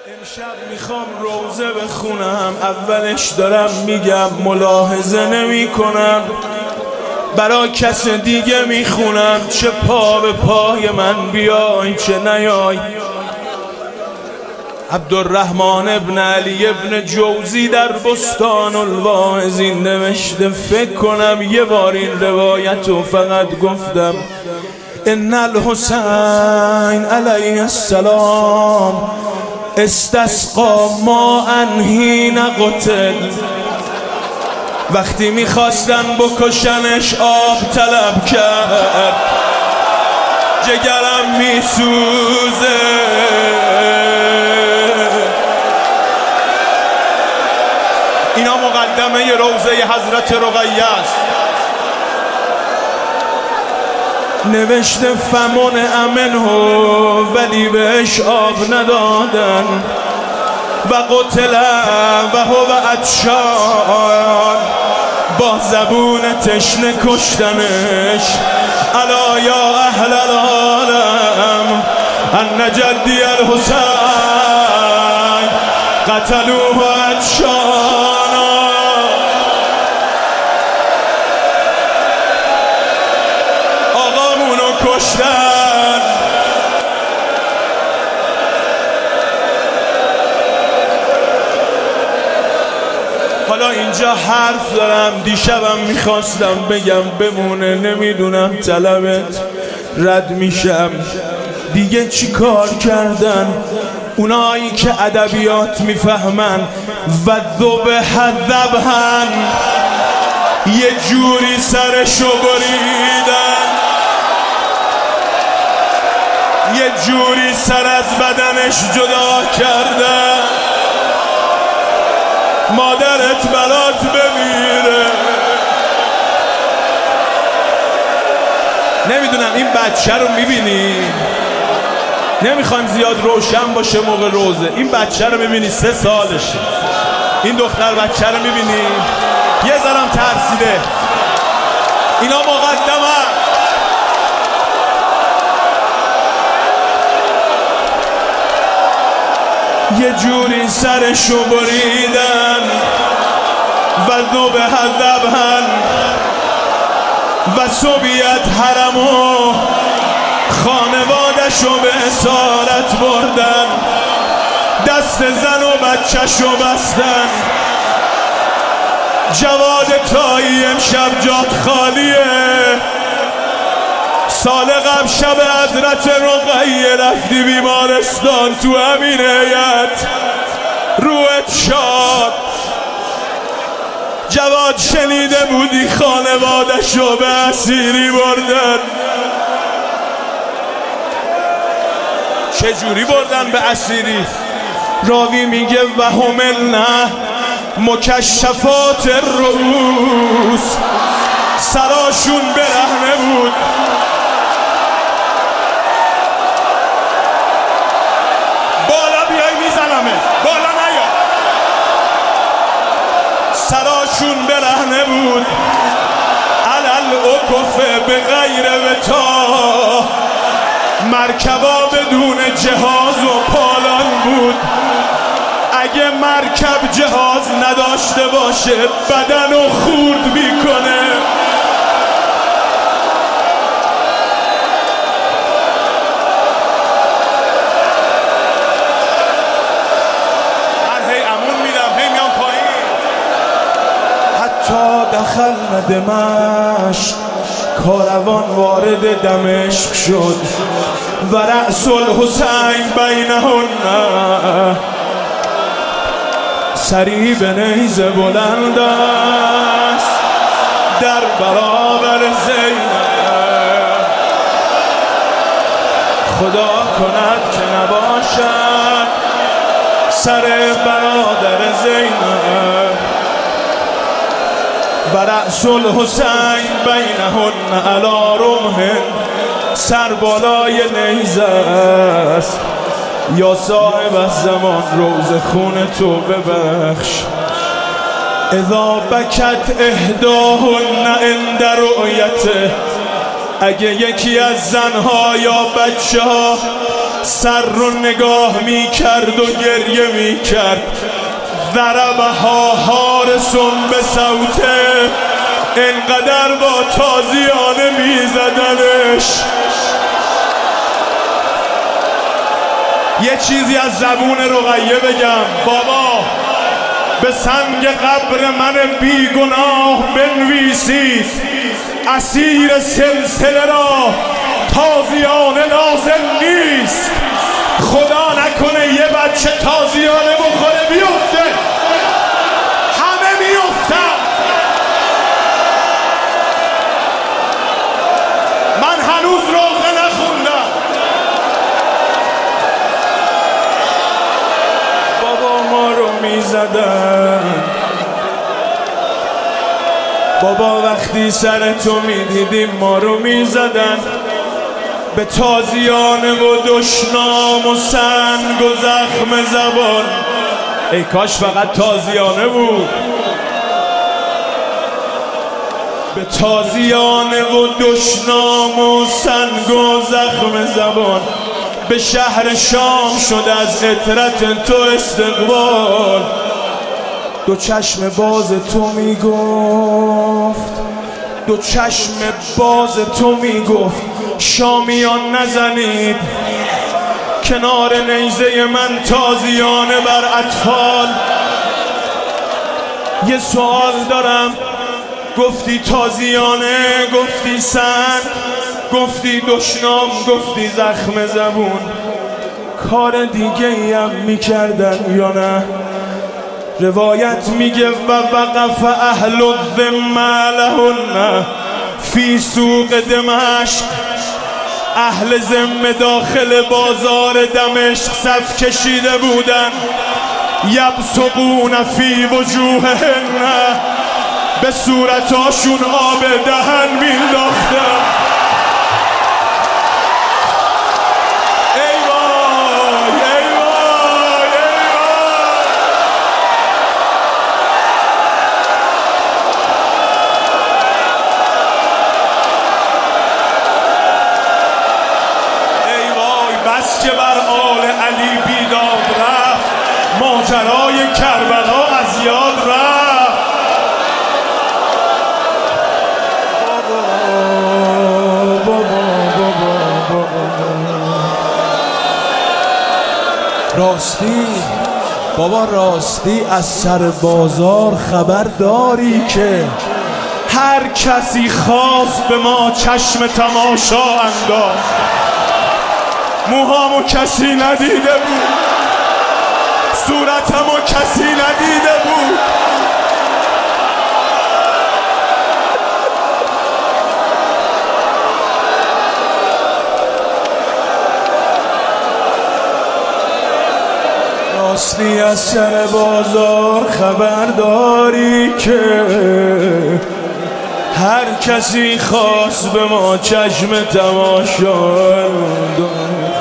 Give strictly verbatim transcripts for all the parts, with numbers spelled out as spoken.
امشب میخوام روزه بخونم، اولش دارم میگم ملاحظه نمی کنم، برا کس دیگه میخونم، چه پا به پای من بیای چه نیای. عبدالرحمن ابن علی ابن جوزی در بستان الواعظین نوشته، فکر کنم یه بار این روایتو فقط گفتم، ان الحسین علیه السلام استسقا ماء حین قتل، وقتی میخواستن بکشنش آب طلب کرد، جگرم میسوزه. اینا مقدمه روزه حضرت رقیه است. نوشته فمن امنه، ولی بهش آب ندادن، و قتل و هو عطشان، با زبون تشنه کشتنش. الا یا اهل العالم ان جدی الحسین قتلوه عطشانا. آقامونو کشتن. حالا اینجا حرف دارم، دیشبم میخواستم بگم بمونه، نمیدونم طلبت رد میشم دیگه. چی کار کردن اونایی که ادبیات میفهمن؟ و ذبح ذبحن، یه جوری سرشو بریدن، یه جوری سر از بدنش جدا کردن. مادرت برات بمیره. نمیدونم این بچه رو میبینی؟ نمیخوایم زیاد روشن باشه موقع روزه. این بچه رو میبینی سه سالشه، این دختر بچه رو میبینی یه ذرم ترسیده. اینا مقدمه. یه جوری سرشو بریدن. و ذبح ذبحن و سبیت حرمو، خانوادشو به اسارت بردن، دست زن و بچهشو بستن. جواد تایی امشب جات خالیه. سال قبل شب حضرت رقیه رفتی بیمارستان، تو همین هیئت روحت شاد. جواد شنیده بودی خانوادشو به اسیری بردن. چجوری بردن به اسیری؟ راوی میگه و هملنه مکشفات الرؤوس، سراشون برهنه بود. بالا بیای میزنمه، بالا نیا. سراشون برهنه بود. علل اکفه به غیر وتا، مرکبا بدون جهاز و پالان بود. اگه مرکب جهاز نداشته باشه بدنو خورد میکنه. من هی امون میدم هی میام پایین. حتی دخل دمشق، کاروان وارد دمشق شد. و رأس الحسین بینهن، سری به نیزه بلند است در برابر زینب. خدا کند که نباشد سر برادر زینب. و رأس الحسین بینهن علی رمح، سر بالای نیزه است. یا صاحب الزمان روز خون تو ببخش. اذا بکت احداهن عند رؤیته، اگه یکی از زنها یا بچه ها سر رو نگاه می کرد و گریه می کرد. ضربها حارس به صوته، انقدر با تازیانه می زدنش. یه چیزی از زبون رقیه بگم. بابا به سنگ قبر من بیگناه بنویسید اسیر سلسله را تازیانه لازم نیست. خدا نکنه یه بچه تازیانه بخوره بیفته. همه میفتن. من هنوز روزه نخوندم. بابا ما رو میزدن. بابا وقتی سر تو میدیدیم ما رو میزدن. به تازیانه و دشنام و سنگ و زخم زبان. ای کاش فقط تازیانه بود. به تازیانه و دشنام و سنگ و زخم زبان. به شهر شام شد از عطرت تو استقبال. دو چشم باز تو میگفت، دو چشم باز تو میگفت شامیان نزنید کنار نیزه من تازیانه بر اطفال. یه سوال دارم. گفتی تازیانه، گفتی سنگ، گفتی دشنام، گفتی زخم زبون. کار دیگه ای هم میکردن یا نه؟ روایت میگه و وقف اهل الذمه لهن فی سوق دمشق. اهل ذمه داخل بازار دمشق صف کشیده بودن. یبصقون فی وجوههن، به صورتاشون آب دهن مینداختن. بس که بر آل علی بیداد رفت، ماجرای کربلا از یاد رفت. بابا بابا بابا بابا راستی، بابا راستی از سر بازار خبر داری که هر کسی خواست به ما چشم تماشا انداخت. موهامو کسی ندیده بود، صورتمو کسی ندیده بود. راستی از سر بازار خبر داری که هر کسی خواست به ما چشم تماشا انداخت.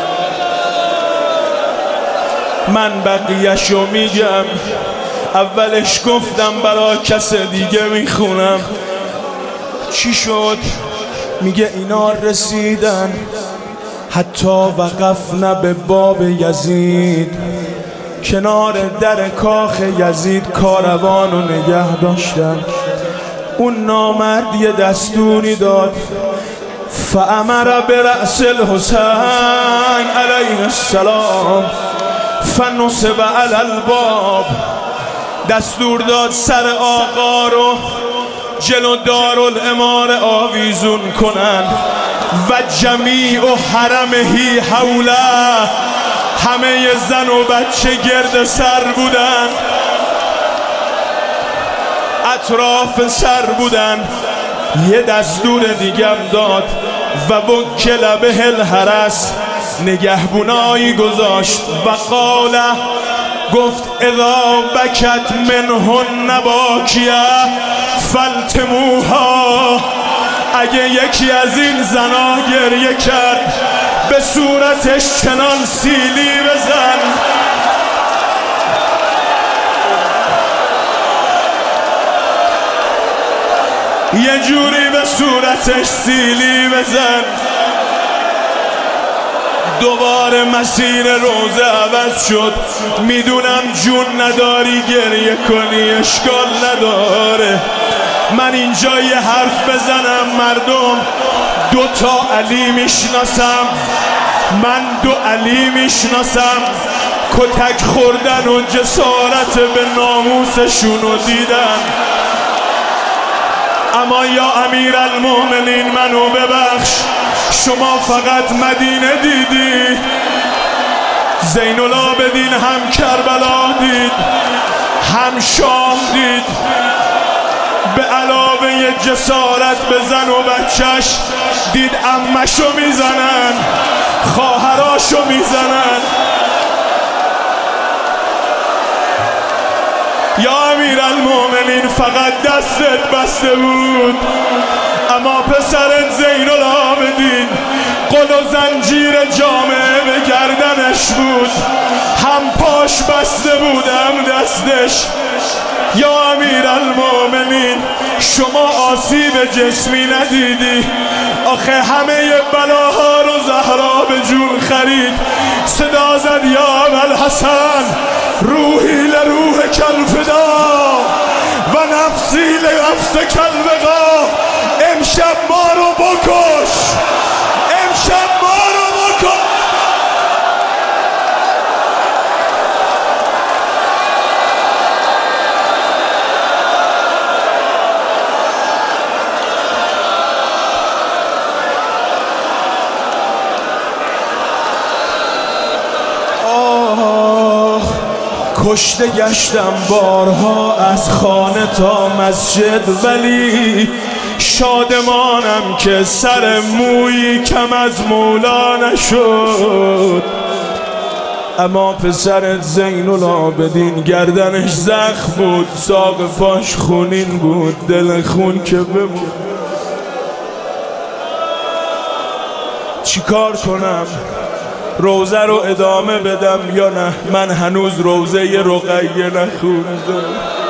من بقیه‌شو میگم. اولش گفتم برا کس دیگه میخونم. چی شد؟ میگه اینا رسیدن حتی وقفنا به باب یزید. کنار در کاخ یزید کاروانو نگه داشتن. اون نامرد یه دستوری داد. فامر برأس الحسین علیه السلام فنصب علی الباب. دستور داد سر آقا رو جلو دارالاماره آویزون کنن. و جمیع و حرمهی حوله، همه زن و بچه گرد سر بودن، اطراف سر بودن. یه دستور دیگم داد و وکل به الحرس، نگهبونایی گذاشت. و قال گفت اذا بکت منهن نباکیه فالتموها. اگه یکی از این زنا گریه کرد به صورتش چنان سیلی بزن. یه جوری به صورتش سیلی بزن. دوباره مسیر روزه عوض شد. میدونم جون نداری گریه کنی اشکال نداره، من اینجا یه حرف بزنم مردم دو تا علی میشناسم، من دو علی میشناسم کتک خوردن و جسارت به ناموسشونو دیدن. اما یا امیرالمومنین منو ببخش، شما فقط مدینه دیدی، زین العابدین هم کربلا دید، هم شام دید. به علاوه جسارت به زن و بچهش دید عمشو میزنن، خواهراشو میزنن. یا امیرالمومنین فقط دستت بسته بود، اما پسرت زین العابدین قل و زنجیر جامعه به گردنش بود، هم پاش بسته بود هم دستش. یا امیرالمومنین شما آسیب جسمی ندیدی، آخه همه بلاها رو زهرا به جون خرید. صدا زد یا ابوالحسن روحی لروح کالفدا و نفسی لنفس کالبقا. امشب ما رو بکش، امشب ما رو بکش. کشته گشتم بارها از خانه تا مسجد، ولی شادمانم که سر مویی کم از مولا نشد. اما پسرت زین العابدین گردنش زخم بود، ساق پاش خونین بود، دل خون که بمون. چیکار کنم؟ روزه رو ادامه بدم یا نه؟ من هنوز روزه رقیه نخوندم.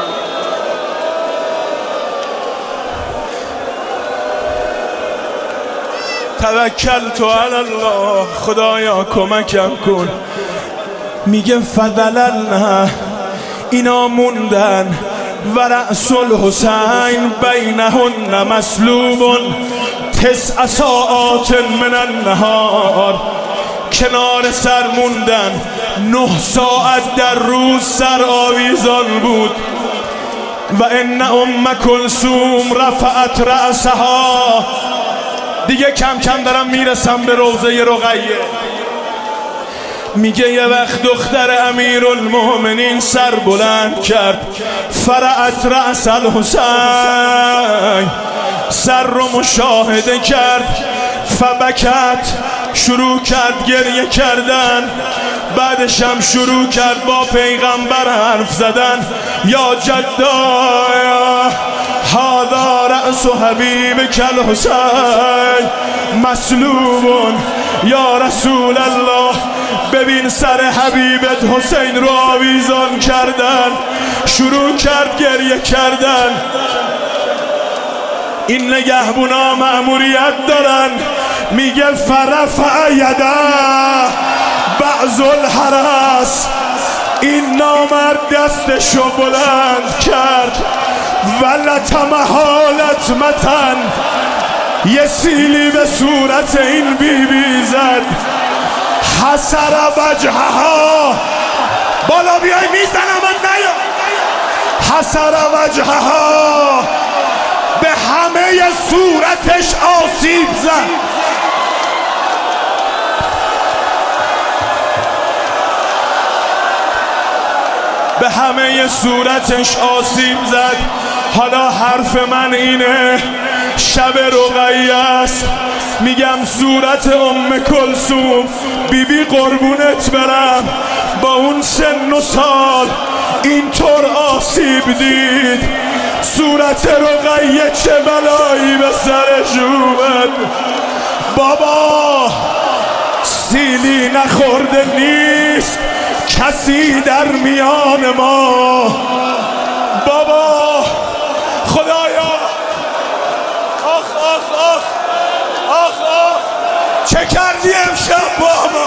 توکلت علی الله، خدایا کمکم کن. میگه فضللنا، اینا موندن و رأس الحسین بینهن مسلوب تسع ساعات من النهار. کنار سر موندن، نه ساعت در روز سر آویزان بود. و ان ام کلثوم رفعت رأسها. دیگه کم کم دارم میرسم به روضه رقیه. میگه یه وقت دختر امیرالمومنین سر بلند کرد، فرعت رأس الحسین، سر رو مشاهده کرد، فبکت، شروع کرد گریه کردن. بعدش هم شروع کرد با پیغمبر حرف زدن. یا جدا هذا رأس حبیبک الحسین مسلوب. یا رسول الله ببین سر حبیبت حسین رو آویزان کردن. شروع کرد گریه کردن. این نگهبونا مأموریت دارن. میگه فرفع یده بعض الحرس، این نامرد دستشو بلند کرد ولتمها لطمة، یه سیلی به صورت این بی بی زد. حسر وجهها، بالا بیای میزنم من نیا. حسر وجهها، به همه صورتش آسیب زد. به همه صورتش آسیب زد. حالا حرف من اینه، شب رقیه است. میگم صورت ام کلثوم بیبی قربونت برم، با اون سن و سال اینطور آسیب دید. صورت رقیه چه بلایی به سرش اومد. بابا سیلی نخورده نیست کسی در میان ما. بابا خدایا، آخ آخ آخ آخ آخ، چه کردی امشب بابا؟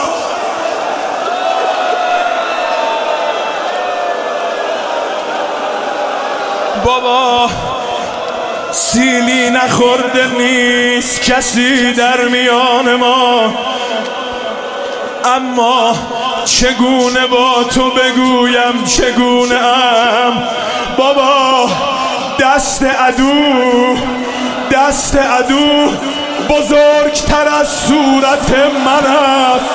بابا سیلی نخورده نیست کسی در میان ما، اما چگونه با تو بگویم چگونه ام؟ بابا دست عدو دست عدو بزرگتر از صورت من است.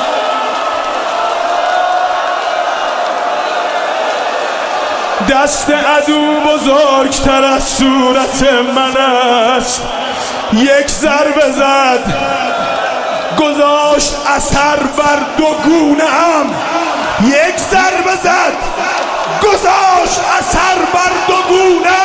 دست عدو بزرگتر از صورت من است. یک ضربه زد گذاشت اثر بر دو گونه ام. یک ضربه زد گذاشت اثر بر دو گونه.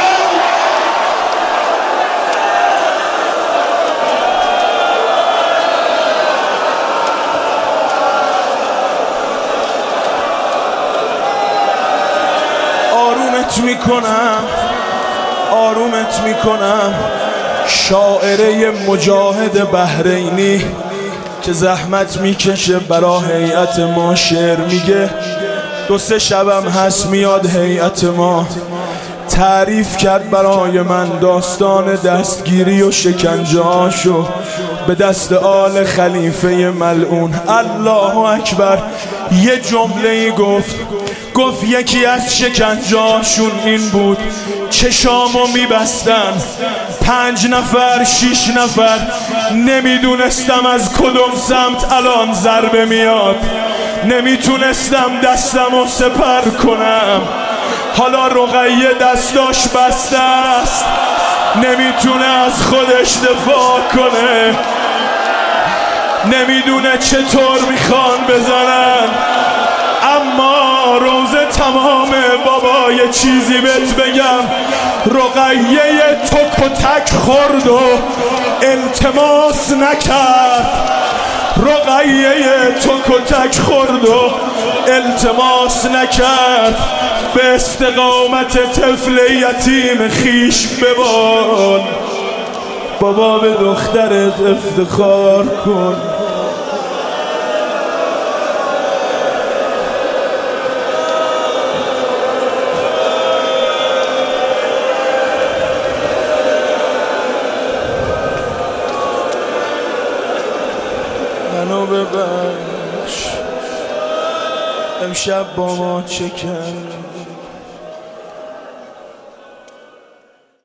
آرومت میکنم آرومت میکنم شاعره مجاهد بحرینی که زحمت میکشه برا هیئت ما شعر میگه. دو سه شبم هست میاد هیئت ما تعریف کرد برای من داستان دستگیری و شکنجه‌هاشو به دست آل خلیفه ملعون. الله اکبر. یه جمله‌ای گفت گفت یکی از شکنجه‌هاشون این بود چشامو میبستن پنج نفر شیش نفر، نمیدونستم از کدوم سمت الان ضربه میاد، نمیتونستم دستمو سپر کنم. حالا رقیه دستاش بسته است، نمیتونه از خودش دفاع کنه، نمیدونه چطور میخوان بزنن. اما روزه تمامه بابا. یه چیزی بهت بگم، رقیه تک و تک خورد و التماس نکرد. رقیه تک و تک خورد و التماس نکرد. به استقامت طفل یتیم خیش ببال. بابا به دخترت افتخار کن. منو ببخش امشب با ما چه کردی؟